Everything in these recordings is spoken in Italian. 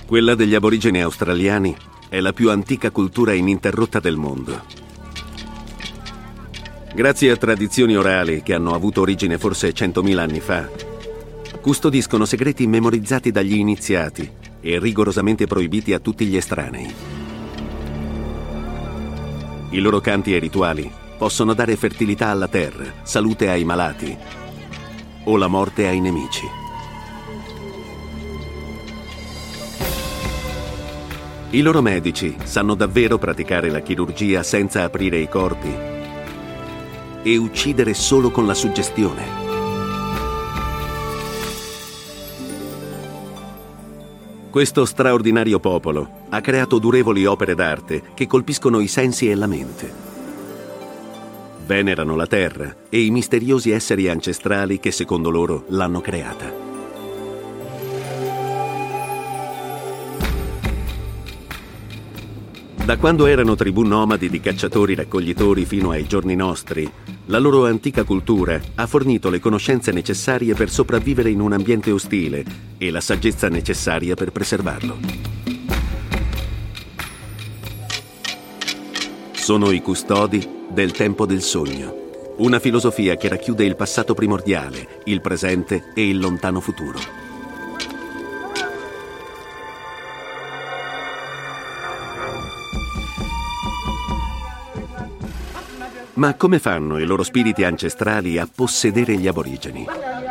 Quella degli aborigeni australiani è la più antica cultura ininterrotta del mondo. Grazie a tradizioni orali che hanno avuto origine forse 100.000 anni fa, custodiscono segreti memorizzati dagli iniziati e rigorosamente proibiti a tutti gli estranei. I loro canti e rituali possono dare fertilità alla terra, salute ai malati o la morte ai nemici. I loro medici sanno davvero praticare la chirurgia senza aprire i corpi e uccidere solo con la suggestione. Questo straordinario popolo ha creato durevoli opere d'arte che colpiscono i sensi e la mente. Venerano la terra e i misteriosi esseri ancestrali che secondo loro l'hanno creata. Da quando erano tribù nomadi di cacciatori-raccoglitori fino ai giorni nostri, la loro antica cultura ha fornito le conoscenze necessarie per sopravvivere in un ambiente ostile e la saggezza necessaria per preservarlo. Sono i custodi del tempo del sogno, una filosofia che racchiude il passato primordiale, il presente e il lontano futuro. Ma come fanno i loro spiriti ancestrali a possedere gli aborigeni?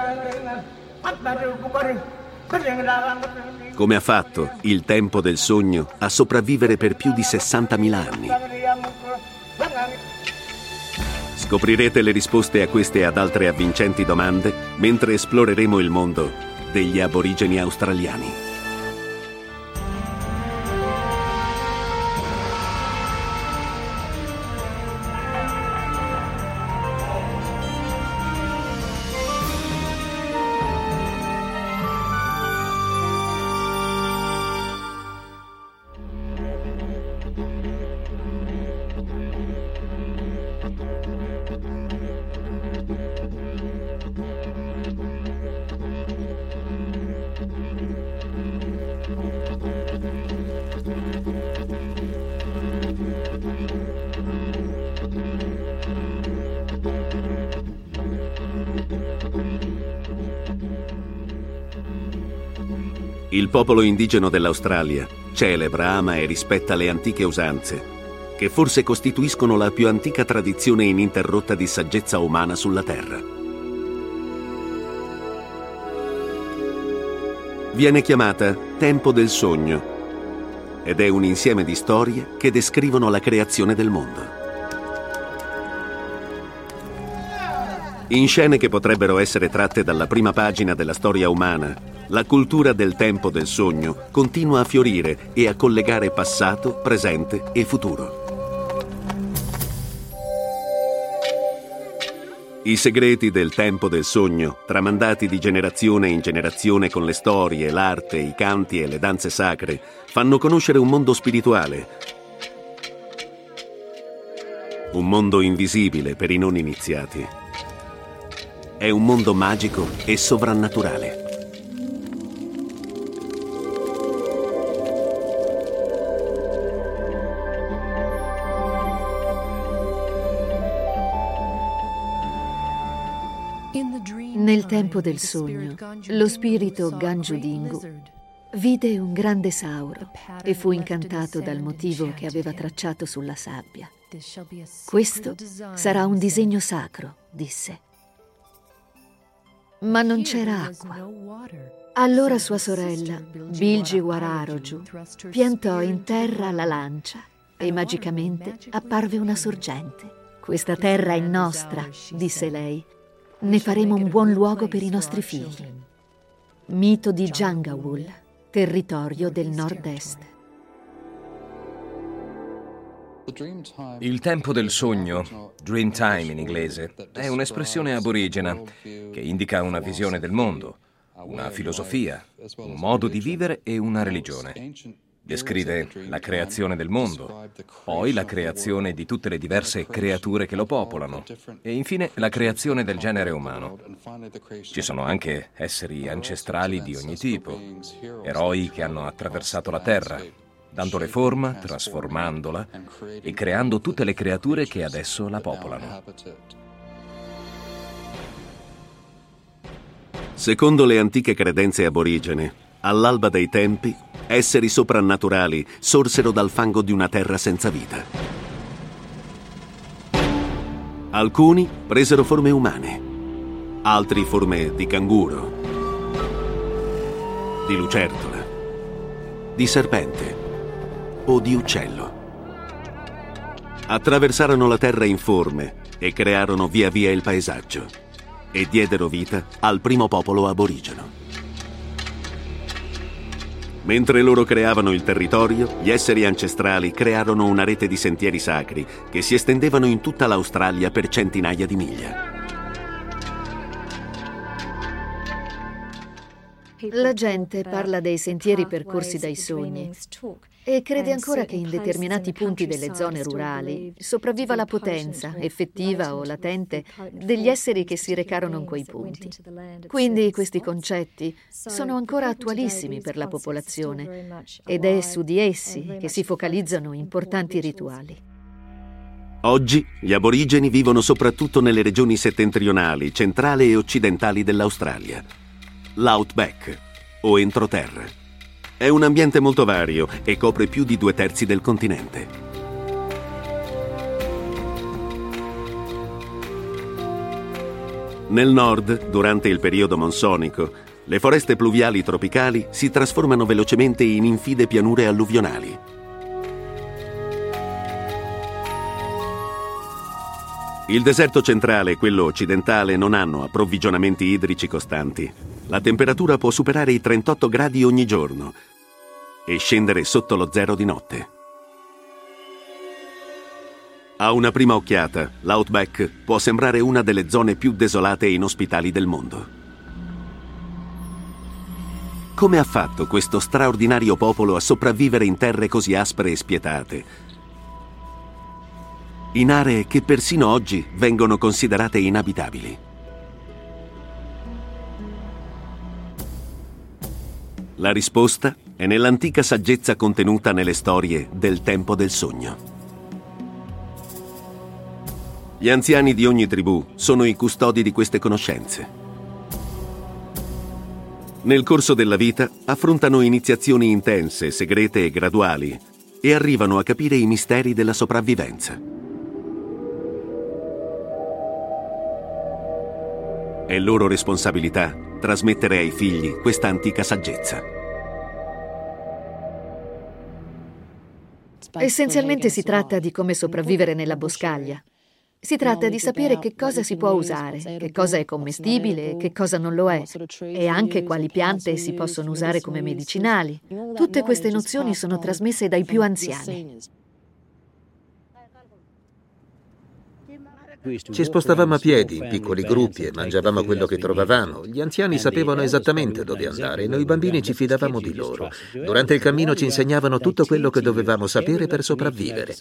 Come ha fatto il tempo del sogno a sopravvivere per più di 60.000 anni? Scoprirete le risposte a queste e ad altre avvincenti domande mentre esploreremo il mondo degli aborigeni australiani. Il popolo indigeno dell'Australia celebra, ama e rispetta le antiche usanze, che forse costituiscono la più antica tradizione ininterrotta di saggezza umana sulla Terra. Viene chiamata Tempo del Sogno ed è un insieme di storie che descrivono la creazione del mondo. In scene che potrebbero essere tratte dalla prima pagina della storia umana, la cultura del tempo del sogno continua a fiorire e a collegare passato, presente e futuro. I segreti del tempo del sogno, tramandati di generazione in generazione con le storie, l'arte, i canti e le danze sacre, fanno conoscere un mondo spirituale, un mondo invisibile per i non iniziati. È un mondo magico e sovrannaturale. Nel tempo del sogno, lo spirito Ganjudingu vide un grande sauro e fu incantato dal motivo che aveva tracciato sulla sabbia. Questo sarà un disegno sacro, disse. Ma non c'era acqua. Allora sua sorella, Bilgiwararoju, piantò in terra la lancia e magicamente apparve una sorgente. Questa terra è nostra, disse lei. Ne faremo un buon luogo per i nostri figli. Mito di Jangawul, territorio del nord-est. Il tempo del sogno, dream time in inglese, è un'espressione aborigena che indica una visione del mondo, una filosofia, un modo di vivere e una religione. Descrive la creazione del mondo, poi la creazione di tutte le diverse creature che lo popolano e infine la creazione del genere umano. Ci sono anche esseri ancestrali di ogni tipo, eroi che hanno attraversato la terra, dandole forma, trasformandola e creando tutte le creature che adesso la popolano. Secondo le antiche credenze aborigene, all'alba dei tempi, esseri soprannaturali sorsero dal fango di una terra senza vita. Alcuni presero forme umane, altri forme di canguro, di lucertola, di serpente o di uccello. Attraversarono la terra in forme e crearono via via il paesaggio e diedero vita al primo popolo aborigeno. Mentre loro creavano il territorio, gli esseri ancestrali crearono una rete di sentieri sacri che si estendevano in tutta l'Australia per centinaia di miglia. La gente parla dei sentieri percorsi dai sogni e crede ancora che in determinati punti delle zone rurali sopravviva la potenza, effettiva o latente, degli esseri che si recarono in quei punti. Quindi questi concetti sono ancora attualissimi per la popolazione ed è su di essi che si focalizzano importanti rituali. Oggi gli aborigeni vivono soprattutto nelle regioni settentrionali, centrali e occidentali dell'Australia. L'Outback, o entroterra. È un ambiente molto vario e copre più di 2/3 del continente. Nel nord, durante il periodo monsonico, le foreste pluviali tropicali si trasformano velocemente in infide pianure alluvionali. Il deserto centrale e quello occidentale non hanno approvvigionamenti idrici costanti. La temperatura può superare i 38 gradi ogni giorno e scendere sotto lo zero di notte. A una prima occhiata, l'Outback può sembrare una delle zone più desolate e inospitali del mondo. Come ha fatto questo straordinario popolo a sopravvivere in terre così aspre e spietate? In aree che persino oggi vengono considerate inabitabili. La risposta è nell'antica saggezza contenuta nelle storie del tempo del sogno. Gli anziani di ogni tribù sono i custodi di queste conoscenze. Nel corso della vita affrontano iniziazioni intense, segrete e graduali e arrivano a capire i misteri della sopravvivenza. È loro responsabilità trasmettere ai figli questa antica saggezza. Essenzialmente si tratta di come sopravvivere nella boscaglia. Si tratta di sapere che cosa si può usare, che cosa è commestibile, che cosa non lo è, e anche quali piante si possono usare come medicinali. Tutte queste nozioni sono trasmesse dai più anziani. Ci spostavamo a piedi, in piccoli gruppi, e mangiavamo quello che trovavamo. Gli anziani sapevano esattamente dove andare e noi bambini ci fidavamo di loro. Durante il cammino ci insegnavano tutto quello che dovevamo sapere per sopravvivere.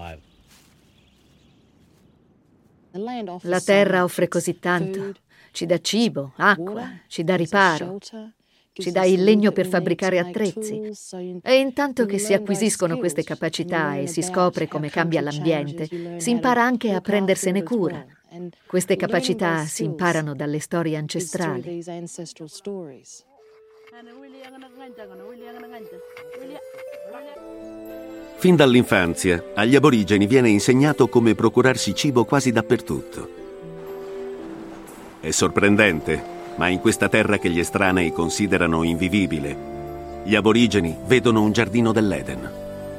La terra offre così tanto. Ci dà cibo, acqua, ci dà riparo, ci dà il legno per fabbricare attrezzi. E intanto che si acquisiscono queste capacità e si scopre come cambia l'ambiente, si impara anche a prendersene cura. Queste capacità si imparano dalle storie ancestrali. Fin dall'infanzia, agli aborigeni viene insegnato come procurarsi cibo quasi dappertutto. È sorprendente, ma in questa terra che gli estranei considerano invivibile, gli aborigeni vedono un giardino dell'Eden.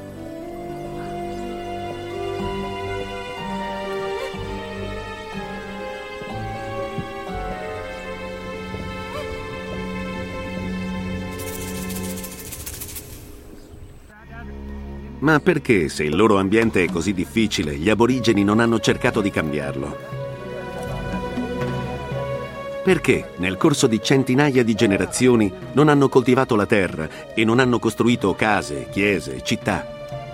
Ma perché, se il loro ambiente è così difficile, gli aborigeni non hanno cercato di cambiarlo? Perché nel corso di centinaia di generazioni non hanno coltivato la terra e non hanno costruito case, chiese, città?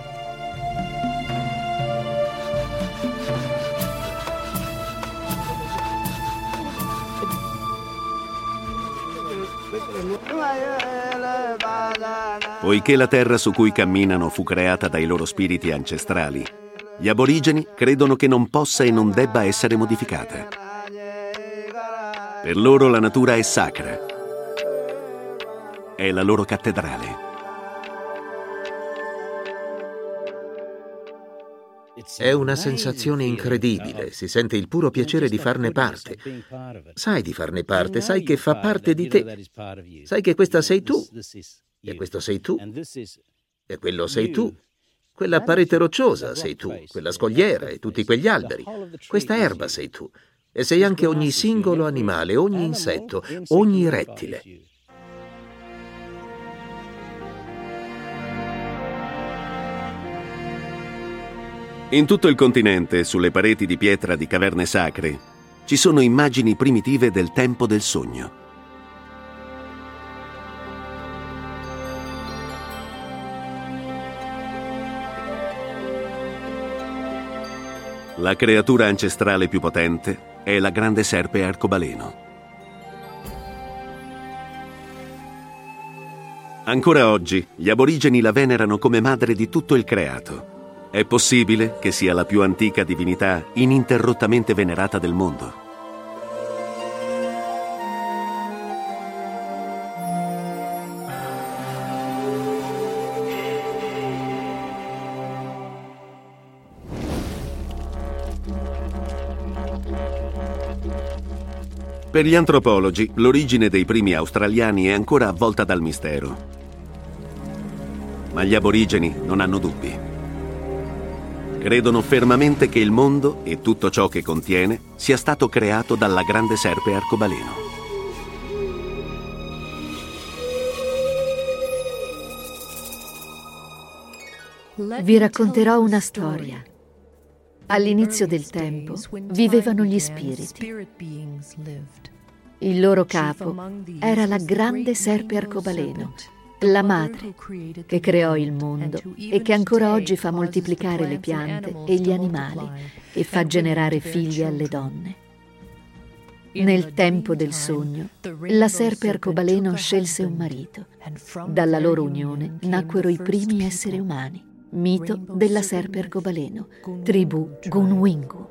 Poiché la terra su cui camminano fu creata dai loro spiriti ancestrali, gli aborigeni credono che non possa e non debba essere modificata. Per loro la natura è sacra. È la loro cattedrale. È una sensazione incredibile, si sente il puro piacere di farne parte. Sai di farne parte, sai che fa parte di te. Sai che questa sei tu, e questo sei tu, e quello sei tu. Quella parete rocciosa sei tu, quella scogliera e tutti quegli alberi. Questa erba sei tu. E sei anche ogni singolo animale, ogni insetto, ogni rettile. In tutto il continente, sulle pareti di pietra di caverne sacre, ci sono immagini primitive del tempo del sogno. La creatura ancestrale più potente è la grande serpe arcobaleno. Ancora oggi gli aborigeni la venerano come madre di tutto il creato. È possibile che sia la più antica divinità ininterrottamente venerata del mondo. Per gli antropologi, l'origine dei primi australiani è ancora avvolta dal mistero. Ma gli aborigeni non hanno dubbi. Credono fermamente che il mondo e tutto ciò che contiene sia stato creato dalla grande serpe arcobaleno. Vi racconterò una storia. All'inizio del tempo vivevano gli spiriti. Il loro capo era la grande serpe arcobaleno, la madre che creò il mondo e che ancora oggi fa moltiplicare le piante e gli animali e fa generare figli alle donne. Nel tempo del sogno, la serpe arcobaleno scelse un marito. Dalla loro unione nacquero i primi esseri umani. Mito della serpe arcobaleno, tribù Gunwingu.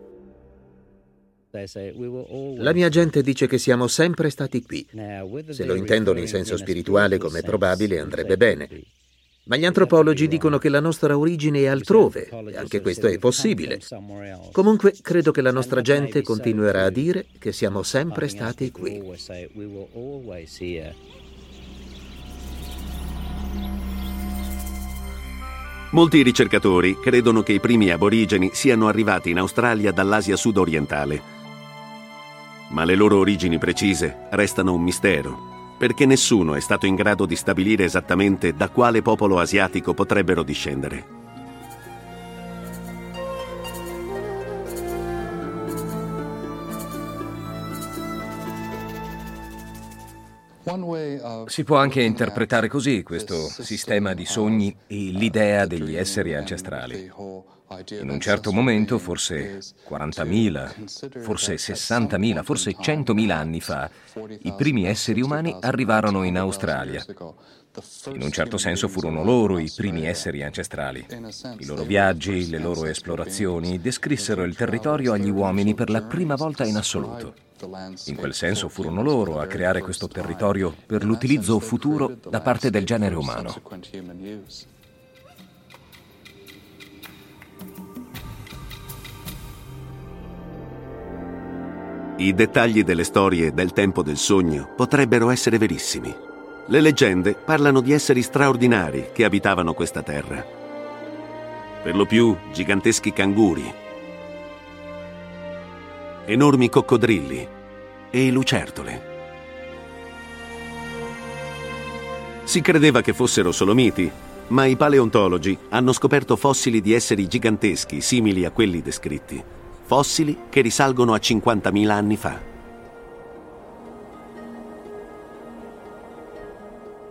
La mia gente dice che siamo sempre stati qui. Se lo intendono in senso spirituale, come è probabile, andrebbe bene. Ma gli antropologi dicono che la nostra origine è altrove, e anche questo è possibile. Comunque, credo che la nostra gente continuerà a dire che siamo sempre stati qui. Molti ricercatori credono che i primi aborigeni siano arrivati in Australia dall'Asia sud-orientale. Ma le loro origini precise restano un mistero, perché nessuno è stato in grado di stabilire esattamente da quale popolo asiatico potrebbero discendere. Si può anche interpretare così questo sistema di sogni e l'idea degli esseri ancestrali. In un certo momento, forse 40.000, forse 60.000, forse 100.000 anni fa, i primi esseri umani arrivarono in Australia. In un certo senso furono loro i primi esseri ancestrali. I loro viaggi, le loro esplorazioni descrissero il territorio agli uomini per la prima volta in assoluto. In quel senso furono loro a creare questo territorio per l'utilizzo futuro da parte del genere umano. I dettagli delle storie del tempo del sogno potrebbero essere verissimi. Le leggende parlano di esseri straordinari che abitavano questa terra. Per lo più giganteschi canguri, enormi coccodrilli e lucertole. Si credeva che fossero solo miti, ma i paleontologi hanno scoperto fossili di esseri giganteschi simili a quelli descritti. Fossili che risalgono a 50.000 anni fa.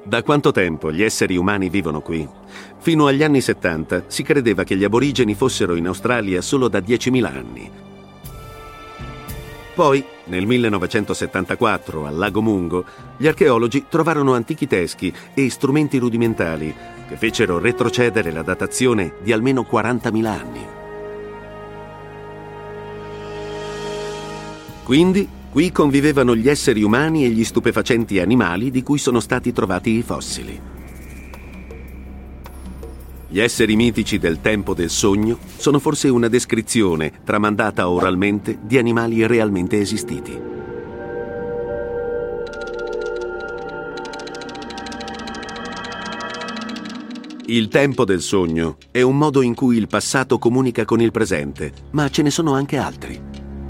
Da quanto tempo gli esseri umani vivono qui? Fino agli anni 70 si credeva che gli aborigeni fossero in Australia solo da 10.000 anni. Poi, nel 1974, al Lago Mungo, gli archeologi trovarono antichi teschi e strumenti rudimentali che fecero retrocedere la datazione di almeno 40.000 anni. Quindi, qui convivevano gli esseri umani e gli stupefacenti animali di cui sono stati trovati i fossili. Gli esseri mitici del tempo del sogno sono forse una descrizione, tramandata oralmente, di animali realmente esistiti. Il tempo del sogno è un modo in cui il passato comunica con il presente, ma ce ne sono anche altri.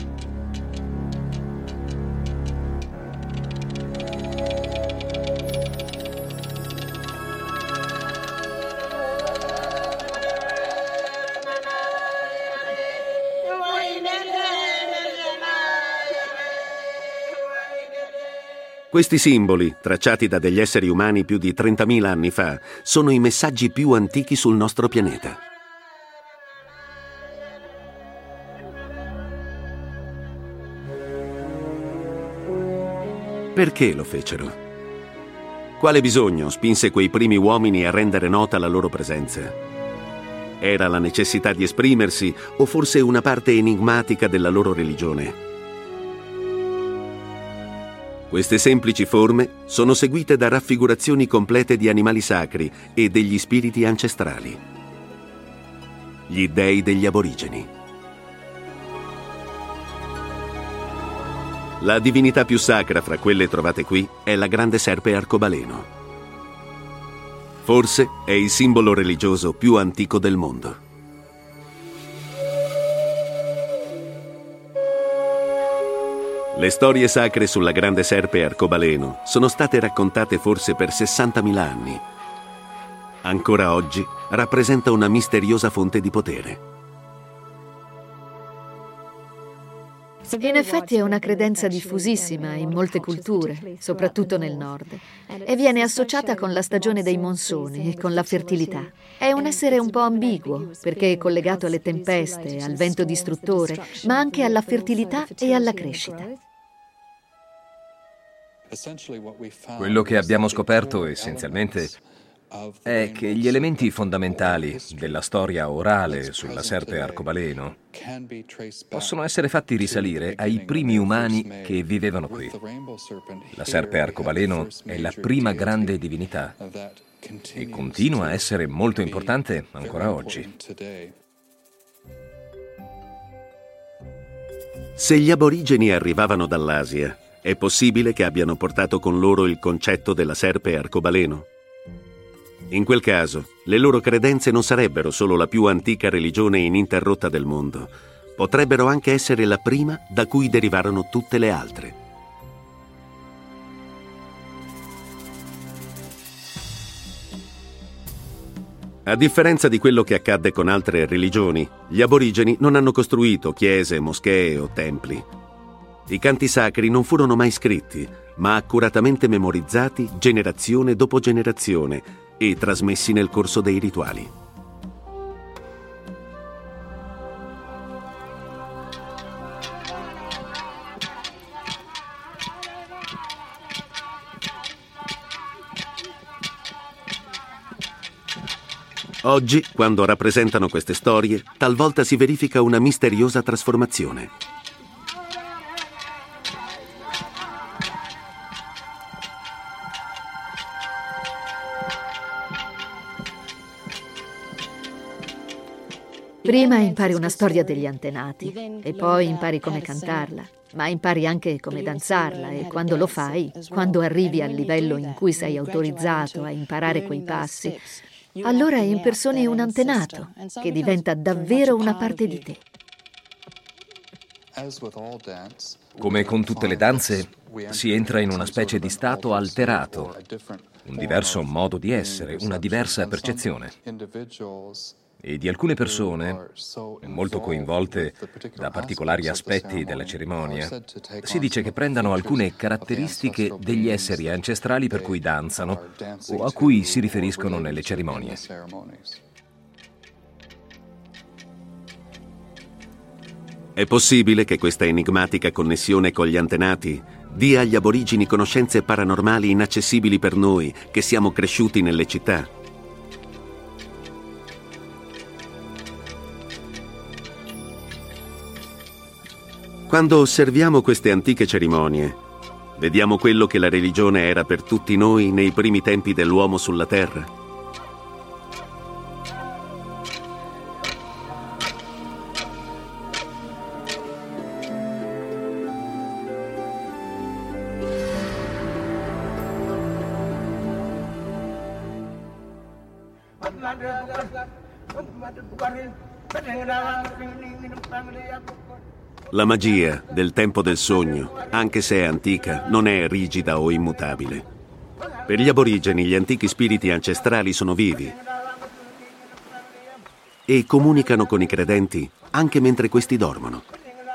Questi simboli, tracciati da degli esseri umani più di 30.000 anni fa, sono i messaggi più antichi sul nostro pianeta. Perché lo fecero? Quale bisogno spinse quei primi uomini a rendere nota la loro presenza? Era la necessità di esprimersi o forse una parte enigmatica della loro religione? Queste semplici forme sono seguite da raffigurazioni complete di animali sacri e degli spiriti ancestrali. Gli dei degli aborigeni. La divinità più sacra fra quelle trovate qui è la grande serpe arcobaleno. Forse è il simbolo religioso più antico del mondo. Le storie sacre sulla grande serpe arcobaleno sono state raccontate forse per 60.000 anni. Ancora oggi rappresenta una misteriosa fonte di potere. In effetti è una credenza diffusissima in molte culture, soprattutto nel nord, e viene associata con la stagione dei monsoni e con la fertilità. È un essere un po' ambiguo, perché è collegato alle tempeste, al vento distruttore, ma anche alla fertilità e alla crescita. Quello che abbiamo scoperto essenzialmente è che gli elementi fondamentali della storia orale sulla serpe arcobaleno possono essere fatti risalire ai primi umani che vivevano qui. La serpe arcobaleno è la prima grande divinità e continua a essere molto importante ancora oggi. Se gli aborigeni arrivavano dall'Asia, è possibile che abbiano portato con loro il concetto della serpe arcobaleno? In quel caso, le loro credenze non sarebbero solo la più antica religione ininterrotta del mondo, potrebbero anche essere la prima da cui derivarono tutte le altre. A differenza di quello che accadde con altre religioni, gli aborigeni non hanno costruito chiese, moschee o templi. I canti sacri non furono mai scritti, ma accuratamente memorizzati generazione dopo generazione e trasmessi nel corso dei rituali. Oggi, quando rappresentano queste storie, talvolta si verifica una misteriosa trasformazione. Prima impari una storia degli antenati e poi impari come cantarla, ma impari anche come danzarla e quando lo fai, quando arrivi al livello in cui sei autorizzato a imparare quei passi, allora impersoni un antenato che diventa davvero una parte di te. Come con tutte le danze, si entra in una specie di stato alterato, un diverso modo di essere, una diversa percezione. e di alcune persone, molto coinvolte da particolari aspetti della cerimonia, si dice che prendano alcune caratteristiche degli esseri ancestrali per cui danzano o a cui si riferiscono nelle cerimonie. È possibile che questa enigmatica connessione con gli antenati dia agli aborigeni conoscenze paranormali inaccessibili per noi che siamo cresciuti nelle città? Quando osserviamo queste antiche cerimonie, vediamo quello che la religione era per tutti noi nei primi tempi dell'uomo sulla terra. La magia del tempo del sogno, anche se è antica, non è rigida o immutabile. Per gli aborigeni, gli antichi spiriti ancestrali sono vivi e comunicano con i credenti anche mentre questi dormono.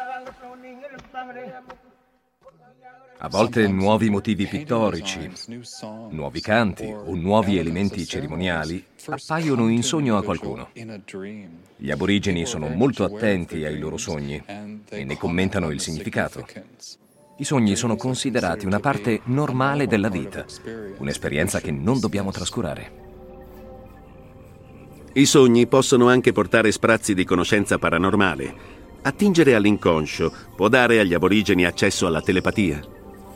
A volte nuovi motivi pittorici, nuovi canti o nuovi elementi cerimoniali appaiono in sogno a qualcuno. Gli aborigeni sono molto attenti ai loro sogni e ne commentano il significato. I sogni sono considerati una parte normale della vita, un'esperienza che non dobbiamo trascurare. I sogni possono anche portare sprazzi di conoscenza paranormale. Attingere all'inconscio può dare agli aborigeni accesso alla telepatia.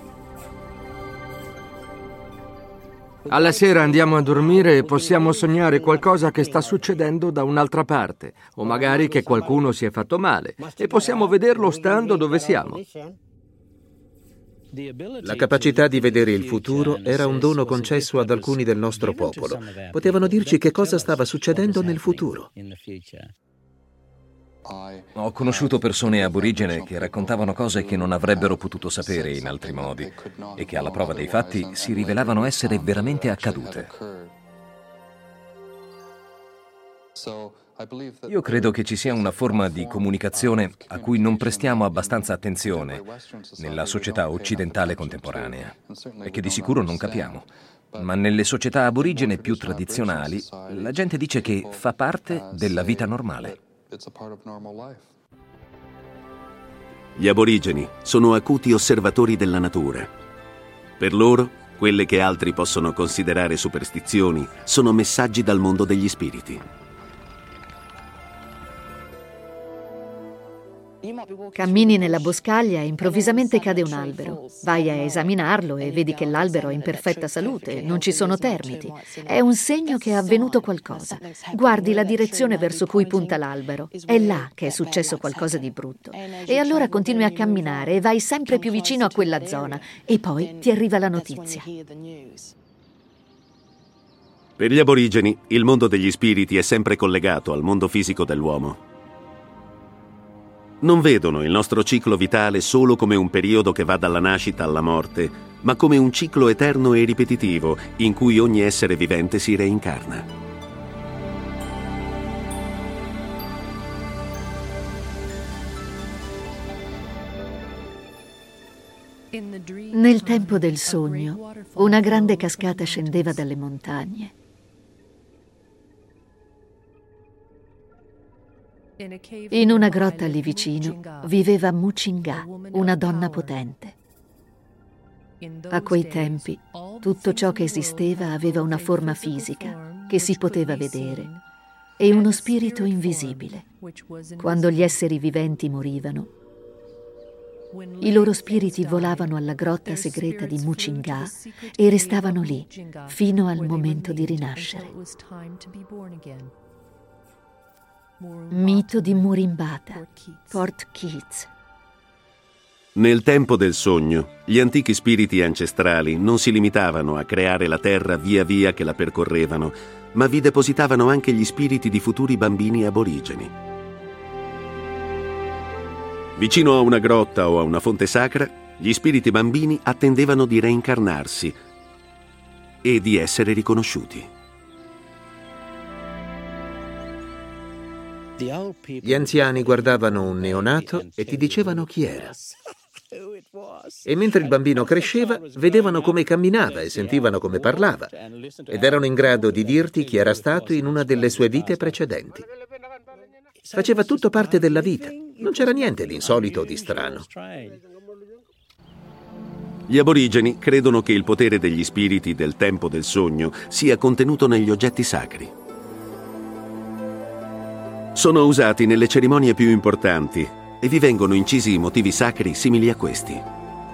Alla sera andiamo a dormire e possiamo sognare qualcosa che sta succedendo da un'altra parte, o magari che qualcuno si è fatto male, e possiamo vederlo stando dove siamo. La capacità di vedere il futuro era un dono concesso ad alcuni del nostro popolo. Potevano dirci che cosa stava succedendo nel futuro. Ho conosciuto persone aborigene che raccontavano cose che non avrebbero potuto sapere in altri modi e che alla prova dei fatti si rivelavano essere veramente accadute. Io credo che ci sia una forma di comunicazione a cui non prestiamo abbastanza attenzione nella società occidentale contemporanea e che di sicuro non capiamo. Ma nelle società aborigene più tradizionali la gente dice che fa parte della vita normale. Gli aborigeni sono acuti osservatori della natura. Per loro, quelle che altri possono considerare superstizioni sono messaggi dal mondo degli spiriti. Cammini nella boscaglia e improvvisamente cade un albero. Vai a esaminarlo e vedi che l'albero è in perfetta salute, non ci sono termiti. È un segno che è avvenuto qualcosa. Guardi la direzione verso cui punta l'albero. È là che è successo qualcosa di brutto. E allora continui a camminare e vai sempre più vicino a quella zona. E poi ti arriva la notizia. Per gli aborigeni, il mondo degli spiriti è sempre collegato al mondo fisico dell'uomo. Non vedono il nostro ciclo vitale solo come un periodo che va dalla nascita alla morte, ma come un ciclo eterno e ripetitivo in cui ogni essere vivente si reincarna. Nel tempo del sogno, una grande cascata scendeva dalle montagne. In una grotta lì vicino viveva Muchinga, una donna potente. A quei tempi tutto ciò che esisteva aveva una forma fisica che si poteva vedere e uno spirito invisibile. Quando gli esseri viventi morivano, i loro spiriti volavano alla grotta segreta di Muchinga e restavano lì fino al momento di rinascere. Mito di Murimbata, Port Keats. Nel tempo del sogno, gli antichi spiriti ancestrali non si limitavano a creare la terra via via che la percorrevano, ma vi depositavano anche gli spiriti di futuri bambini aborigeni. Vicino a una grotta o a una fonte sacra, gli spiriti bambini attendevano di reincarnarsi e di essere riconosciuti. Gli anziani guardavano un neonato e ti dicevano chi era. E mentre il bambino cresceva, vedevano come camminava e sentivano come parlava, ed erano in grado di dirti chi era stato in una delle sue vite precedenti. Faceva tutto parte della vita, non c'era niente di insolito o di strano. Gli aborigeni credono che il potere degli spiriti del tempo del sogno sia contenuto negli oggetti sacri. Sono usati nelle cerimonie più importanti e vi vengono incisi motivi sacri simili a questi.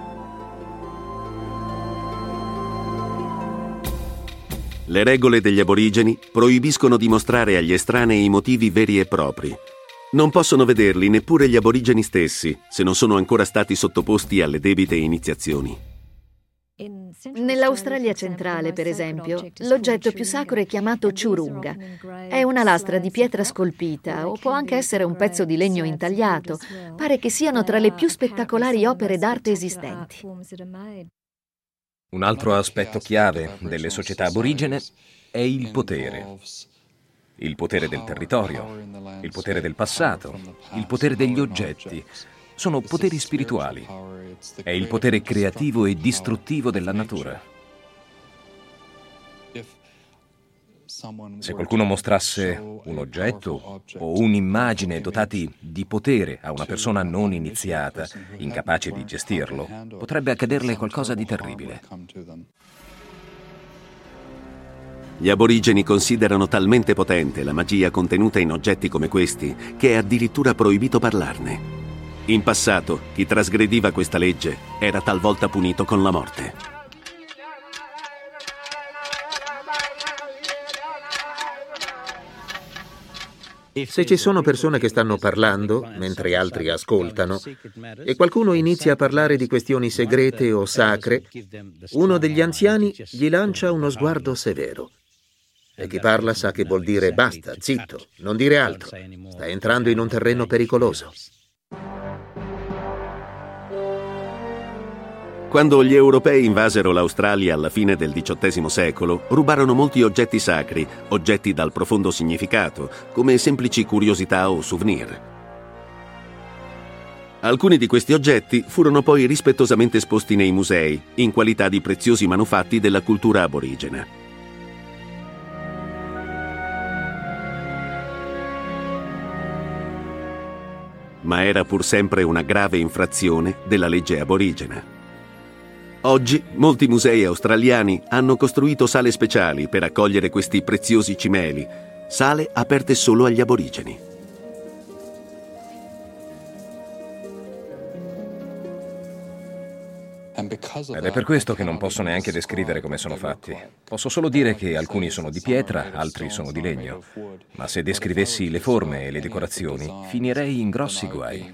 Le regole degli aborigeni proibiscono di mostrare agli estranei i motivi veri e propri. Non possono vederli neppure gli aborigeni stessi, se non sono ancora stati sottoposti alle debite iniziazioni. Nell'Australia centrale, per esempio, l'oggetto più sacro è chiamato churunga. È una lastra di pietra scolpita o può anche essere un pezzo di legno intagliato. Pare che siano tra le più spettacolari opere d'arte esistenti. Un altro aspetto chiave delle società aborigene è il potere. Il potere del territorio, il potere del passato, il potere degli oggetti. Sono poteri spirituali. È il potere creativo e distruttivo della natura. Se qualcuno mostrasse un oggetto o un'immagine dotati di potere a una persona non iniziata, incapace di gestirlo, potrebbe accaderle qualcosa di terribile. Gli aborigeni considerano talmente potente la magia contenuta in oggetti come questi che è addirittura proibito parlarne. In passato, chi trasgrediva questa legge era talvolta punito con la morte. Se ci sono persone che stanno parlando, mentre altri ascoltano, e qualcuno inizia a parlare di questioni segrete o sacre, uno degli anziani gli lancia uno sguardo severo. E chi parla sa che vuol dire basta, zitto, non dire altro. Stai entrando in un terreno pericoloso. Quando gli europei invasero l'Australia alla fine del XVIII secolo, rubarono molti oggetti sacri, oggetti dal profondo significato, come semplici curiosità o souvenir. Alcuni di questi oggetti furono poi rispettosamente esposti nei musei, in qualità di preziosi manufatti della cultura aborigena. Ma era pur sempre una grave infrazione della legge aborigena. Oggi molti musei australiani hanno costruito sale speciali per accogliere questi preziosi cimeli, sale aperte solo agli aborigeni. Ed è per questo che non posso neanche descrivere come sono fatti. Posso solo dire che alcuni sono di pietra, altri sono di legno. Ma se descrivessi le forme e le decorazioni, finirei in grossi guai.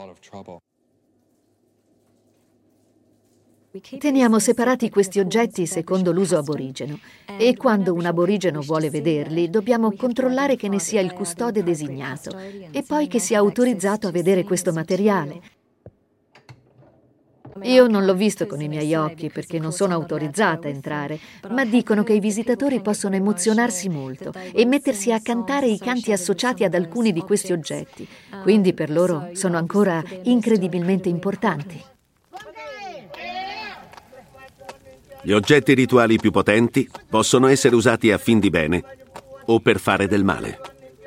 Teniamo separati questi oggetti secondo l'uso aborigeno e quando un aborigeno vuole vederli dobbiamo controllare che ne sia il custode designato e poi che sia autorizzato a vedere questo materiale. Io non l'ho visto con i miei occhi perché non sono autorizzata a entrare, ma dicono che i visitatori possono emozionarsi molto e mettersi a cantare i canti associati ad alcuni di questi oggetti, quindi per loro sono ancora incredibilmente importanti. Gli oggetti rituali più potenti possono essere usati a fin di bene o per fare del male.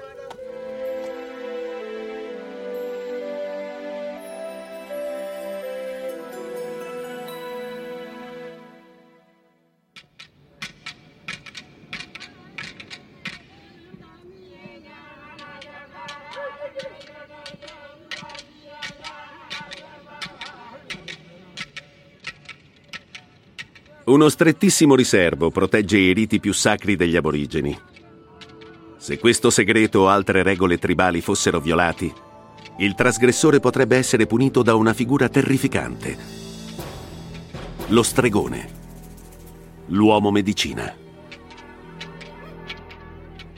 Uno strettissimo riservo protegge i riti più sacri degli aborigeni. Se questo segreto o altre regole tribali fossero violati, il trasgressore potrebbe essere punito da una figura terrificante: lo stregone, l'uomo medicina.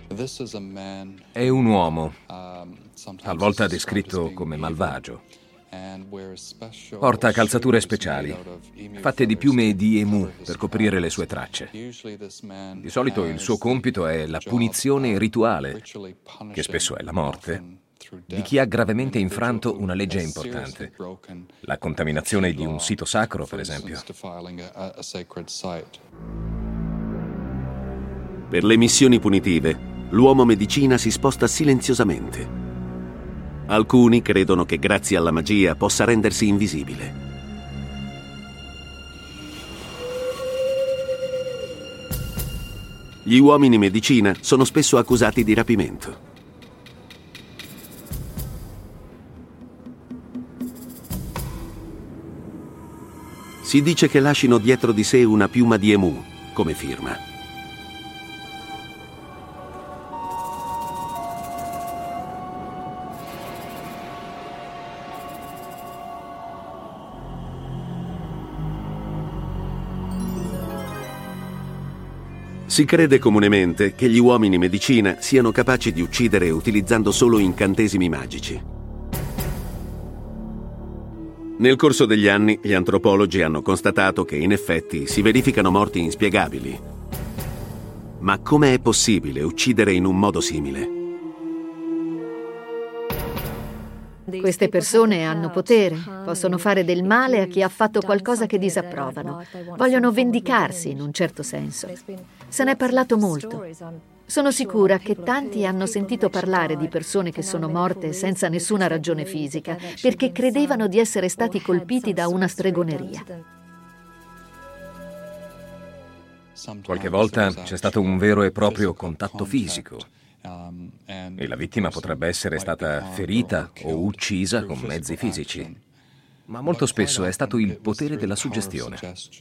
È un uomo, talvolta descritto come malvagio. Porta calzature speciali, fatte di piume di emu per coprire le sue tracce. Di solito il suo compito è la punizione rituale, che spesso è la morte, di chi ha gravemente infranto una legge importante. La contaminazione di un sito sacro, per esempio. Per le missioni punitive, l'uomo medicina si sposta silenziosamente. Alcuni credono che grazie alla magia possa rendersi invisibile. Gli uomini medicina sono spesso accusati di rapimento. Si dice che lascino dietro di sé una piuma di emu come firma. Si crede comunemente che gli uomini medicina siano capaci di uccidere utilizzando solo incantesimi magici. Nel corso degli anni, gli antropologi hanno constatato che in effetti si verificano morti inspiegabili. Ma come è possibile uccidere in un modo simile? Queste persone hanno potere, possono fare del male a chi ha fatto qualcosa che disapprovano. Vogliono vendicarsi in un certo senso. Se ne è parlato molto. Sono sicura che tanti hanno sentito parlare di persone che sono morte senza nessuna ragione fisica, perché credevano di essere stati colpiti da una stregoneria. Qualche volta c'è stato un vero e proprio contatto fisico. E la vittima potrebbe essere stata ferita o uccisa con mezzi fisici. Ma molto spesso è stato il potere della suggestione.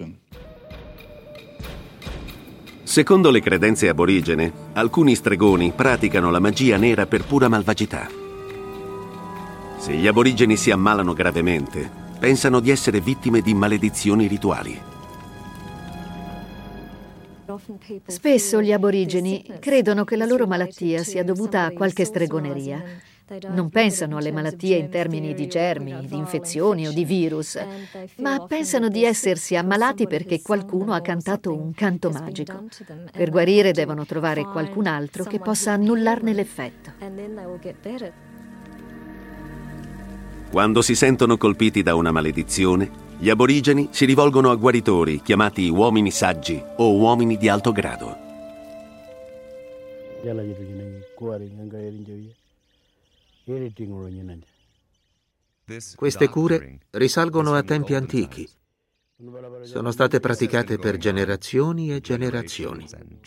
Secondo le credenze aborigene, alcuni stregoni praticano la magia nera per pura malvagità. Se gli aborigeni si ammalano gravemente, pensano di essere vittime di maledizioni rituali. Spesso gli aborigeni credono che la loro malattia sia dovuta a qualche stregoneria. Non pensano alle malattie in termini di germi, di infezioni o di virus, ma pensano di essersi ammalati perché qualcuno ha cantato un canto magico. Per guarire devono trovare qualcun altro che possa annullarne l'effetto. Quando si sentono colpiti da una maledizione, gli aborigeni si rivolgono a guaritori chiamati uomini saggi o uomini di alto grado. Queste cure risalgono a tempi antichi. Sono state praticate per generazioni e generazioni.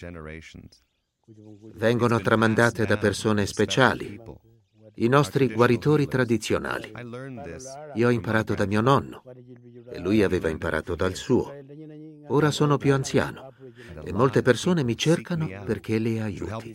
Vengono tramandate da persone speciali, i nostri guaritori tradizionali. Io ho imparato da mio nonno e lui aveva imparato dal suo. Ora sono più anziano e molte persone mi cercano perché le aiuti.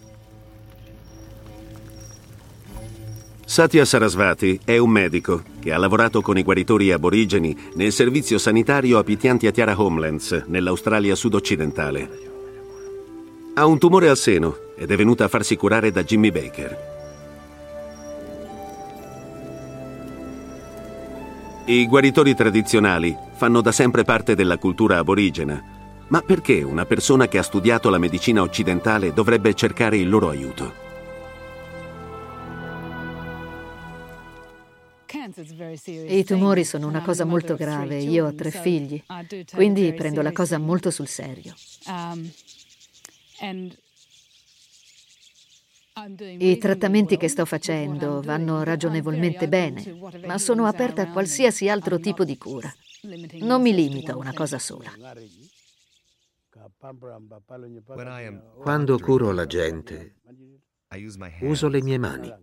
Satya Sarasvati è un medico che ha lavorato con i guaritori aborigeni nel servizio sanitario a Pityantyathyara Homelands, nell'Australia sud-occidentale. Ha un tumore al seno ed è venuta a farsi curare da Jimmy Baker. I guaritori tradizionali fanno da sempre parte della cultura aborigena, ma perché una persona che ha studiato la medicina occidentale dovrebbe cercare il loro aiuto? I tumori sono una cosa molto grave. Io ho 3 figli, quindi prendo la cosa molto sul serio. I trattamenti che sto facendo vanno ragionevolmente bene, ma sono aperta a qualsiasi altro tipo di cura. Non mi limito a una cosa sola. Quando curo la gente, uso le mie mani.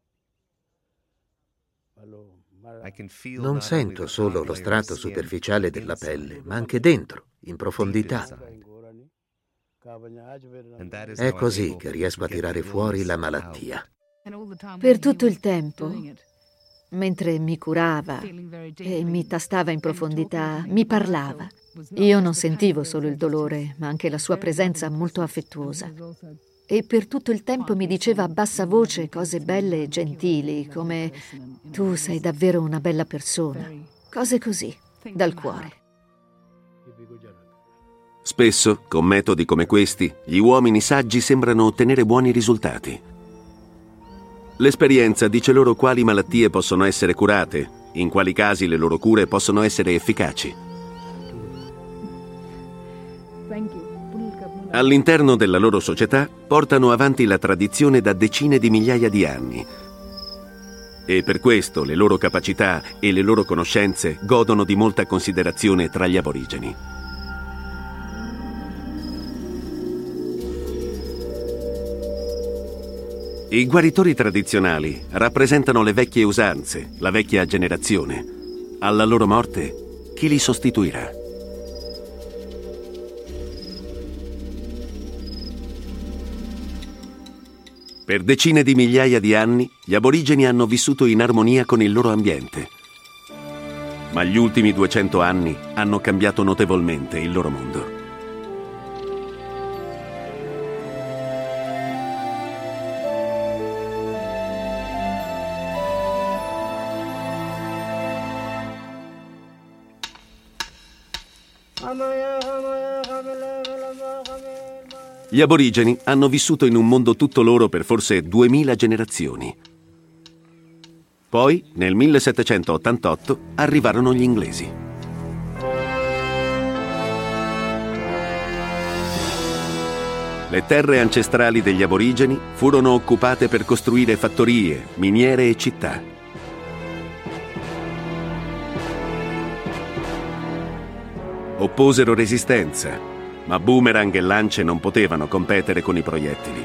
Non sento solo lo strato superficiale della pelle, ma anche dentro, in profondità. È così che riesco a tirare fuori la malattia. Per tutto il tempo, mentre mi curava e mi tastava in profondità, mi parlava. Io non sentivo solo il dolore, ma anche la sua presenza molto affettuosa. e per tutto il tempo mi diceva a bassa voce cose belle e gentili, come «Tu sei davvero una bella persona». Cose così, dal cuore. Spesso, con metodi come questi, gli uomini saggi sembrano ottenere buoni risultati. L'esperienza dice loro quali malattie possono essere curate, in quali casi le loro cure possono essere efficaci. All'interno della loro società portano avanti la tradizione da decine di migliaia di anni. E per questo le loro capacità e le loro conoscenze godono di molta considerazione tra gli aborigeni. I guaritori tradizionali rappresentano le vecchie usanze, la vecchia generazione. Alla loro morte, chi li sostituirà? Per decine di migliaia di anni, gli aborigeni hanno vissuto in armonia con il loro ambiente. Ma gli ultimi 200 anni hanno cambiato notevolmente il loro mondo. Gli aborigeni hanno vissuto in un mondo tutto loro per forse 2000 generazioni. Poi, nel 1788, arrivarono gli inglesi. Le terre ancestrali degli aborigeni furono occupate per costruire fattorie, miniere e città. Opposero resistenza, ma boomerang e lance non potevano competere con i proiettili.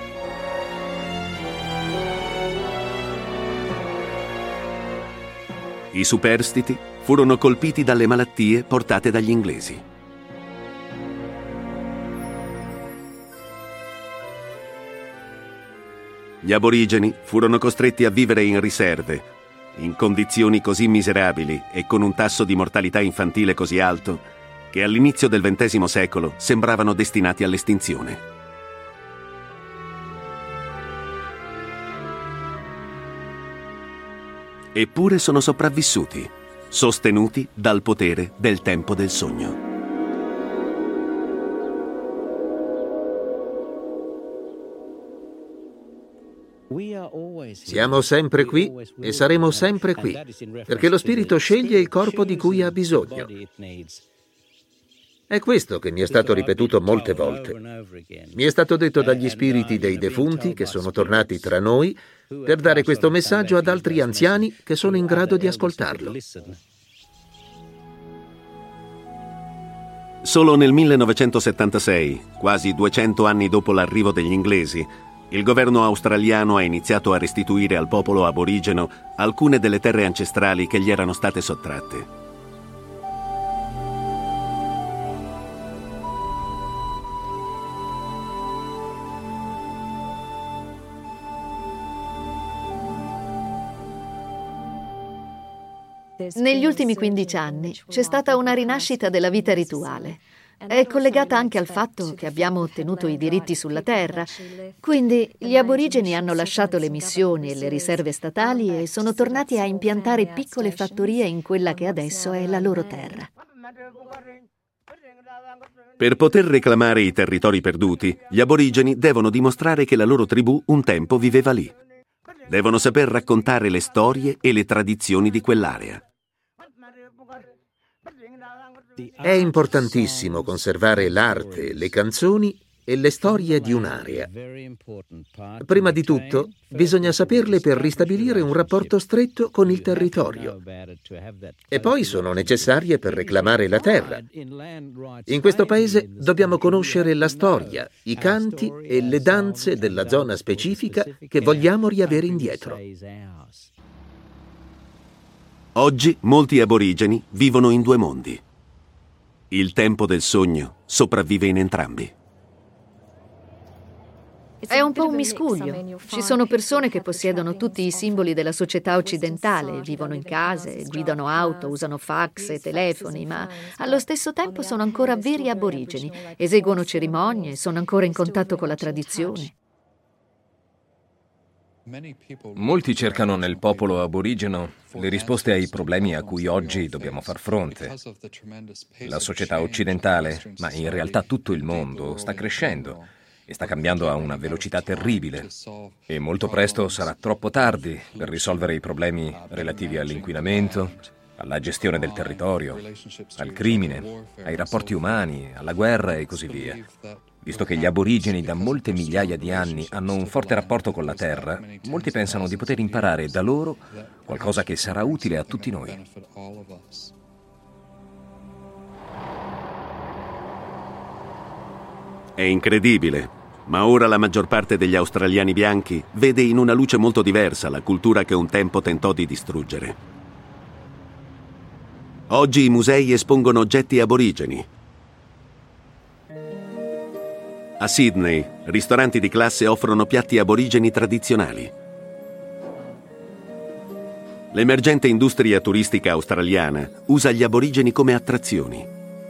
I superstiti furono colpiti dalle malattie portate dagli inglesi. Gli aborigeni furono costretti a vivere in riserve, in condizioni così miserabili e con un tasso di mortalità infantile così alto che all'inizio del XX secolo sembravano destinati all'estinzione. Eppure sono sopravvissuti, sostenuti dal potere del tempo del sogno. Siamo sempre qui e saremo sempre qui, perché lo spirito sceglie il corpo di cui ha bisogno. È questo che mi è stato ripetuto molte volte. Mi è stato detto dagli spiriti dei defunti che sono tornati tra noi per dare questo messaggio ad altri anziani che sono in grado di ascoltarlo. Solo nel 1976, quasi 200 anni dopo l'arrivo degli inglesi, il governo australiano ha iniziato a restituire al popolo aborigeno alcune delle terre ancestrali che gli erano state sottratte. Negli ultimi 15 anni c'è stata una rinascita della vita rituale. È collegata anche al fatto che abbiamo ottenuto i diritti sulla terra. Quindi gli aborigeni hanno lasciato le missioni e le riserve statali e sono tornati a impiantare piccole fattorie in quella che adesso è la loro terra. Per poter reclamare i territori perduti, gli aborigeni devono dimostrare che la loro tribù un tempo viveva lì. Devono saper raccontare le storie e le tradizioni di quell'area. È importantissimo conservare l'arte, le canzoni e le storie di un'area. Prima di tutto, bisogna saperle per ristabilire un rapporto stretto con il territorio. E poi sono necessarie per reclamare la terra. In questo paese dobbiamo conoscere la storia, i canti e le danze della zona specifica che vogliamo riavere indietro. Oggi molti aborigeni vivono in due mondi. Il tempo del sogno sopravvive in entrambi. È un po' un miscuglio. Ci sono persone che possiedono tutti i simboli della società occidentale, vivono in case, guidano auto, usano fax e telefoni, ma allo stesso tempo sono ancora veri aborigeni, eseguono cerimonie, sono ancora in contatto con la tradizione. Molti cercano nel popolo aborigeno le risposte ai problemi a cui oggi dobbiamo far fronte. La società occidentale, ma in realtà tutto il mondo, sta crescendo e sta cambiando a una velocità terribile. E molto presto sarà troppo tardi per risolvere i problemi relativi all'inquinamento, alla gestione del territorio, al crimine, ai rapporti umani, alla guerra e così via. Visto che gli aborigeni da molte migliaia di anni hanno un forte rapporto con la terra, molti pensano di poter imparare da loro qualcosa che sarà utile a tutti noi. È incredibile, ma ora la maggior parte degli australiani bianchi vede in una luce molto diversa la cultura che un tempo tentò di distruggere. Oggi i musei espongono oggetti aborigeni. A Sydney, ristoranti di classe offrono piatti aborigeni tradizionali. L'emergente industria turistica australiana usa gli aborigeni come attrazioni.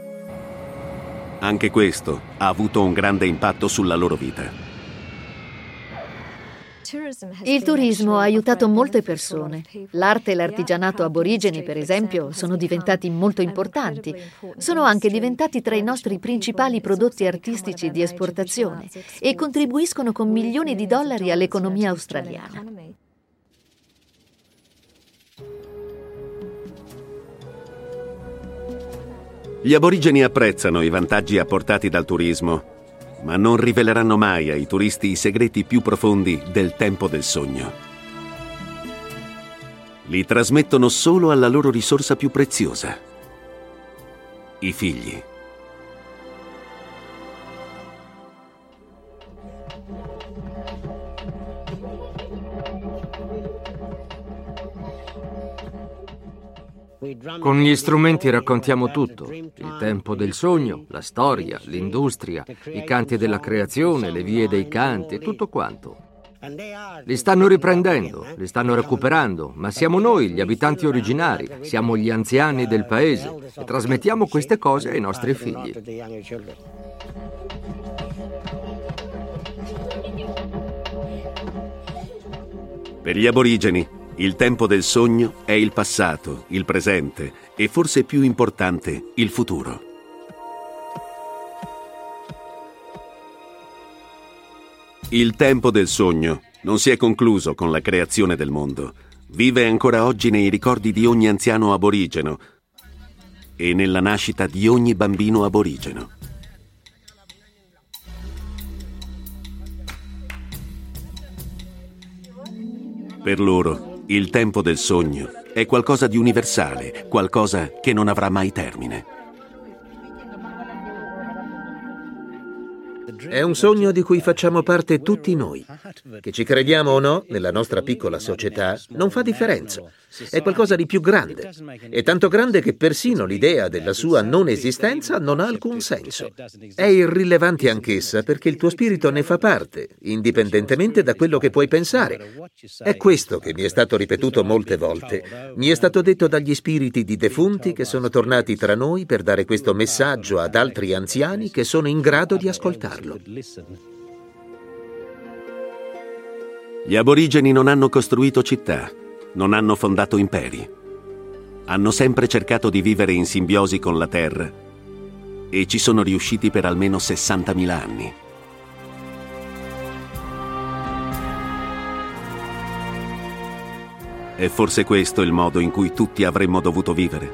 Anche questo ha avuto un grande impatto sulla loro vita. Il turismo ha aiutato molte persone. L'arte e l'artigianato aborigeni, per esempio, sono diventati molto importanti. Sono anche diventati tra i nostri principali prodotti artistici di esportazione e contribuiscono con milioni di dollari all'economia australiana. Gli aborigeni apprezzano i vantaggi apportati dal turismo, ma non riveleranno mai ai turisti i segreti più profondi del tempo del sogno. Li trasmettono solo alla loro risorsa più preziosa: i figli. Con gli strumenti raccontiamo tutto: il tempo del sogno, la storia, l'industria, i canti della creazione, le vie dei canti e tutto quanto. Li stanno riprendendo, li stanno recuperando, ma siamo noi, gli abitanti originari, siamo gli anziani del paese e trasmettiamo queste cose ai nostri figli. Per gli aborigeni, il tempo del sogno è il passato, il presente e, forse più importante, il futuro. Il tempo del sogno non si è concluso con la creazione del mondo. Vive ancora oggi nei ricordi di ogni anziano aborigeno e nella nascita di ogni bambino aborigeno. Per loro, il tempo del sogno è qualcosa di universale, qualcosa che non avrà mai termine. È un sogno di cui facciamo parte tutti noi. Che ci crediamo o no, nella nostra piccola società, non fa differenza. È qualcosa di più grande. È tanto grande che persino l'idea della sua non esistenza non ha alcun senso. È irrilevante anch'essa perché il tuo spirito ne fa parte, indipendentemente da quello che puoi pensare. È questo che mi è stato ripetuto molte volte. Mi è stato detto dagli spiriti di defunti che sono tornati tra noi per dare questo messaggio ad altri anziani che sono in grado di ascoltarlo. Gli aborigeni non hanno costruito città, non hanno fondato imperi. Hanno sempre cercato di vivere in simbiosi con la terra e ci sono riusciti per almeno 60.000 anni. È forse questo il modo in cui tutti avremmo dovuto vivere?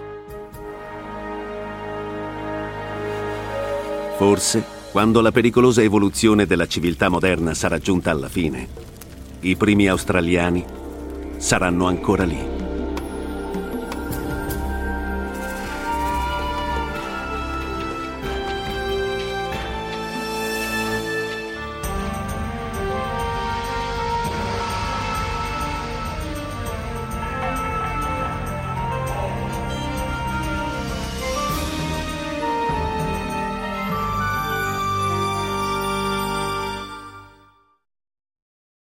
Forse, quando la pericolosa evoluzione della civiltà moderna sarà giunta alla fine, i primi australiani saranno ancora lì.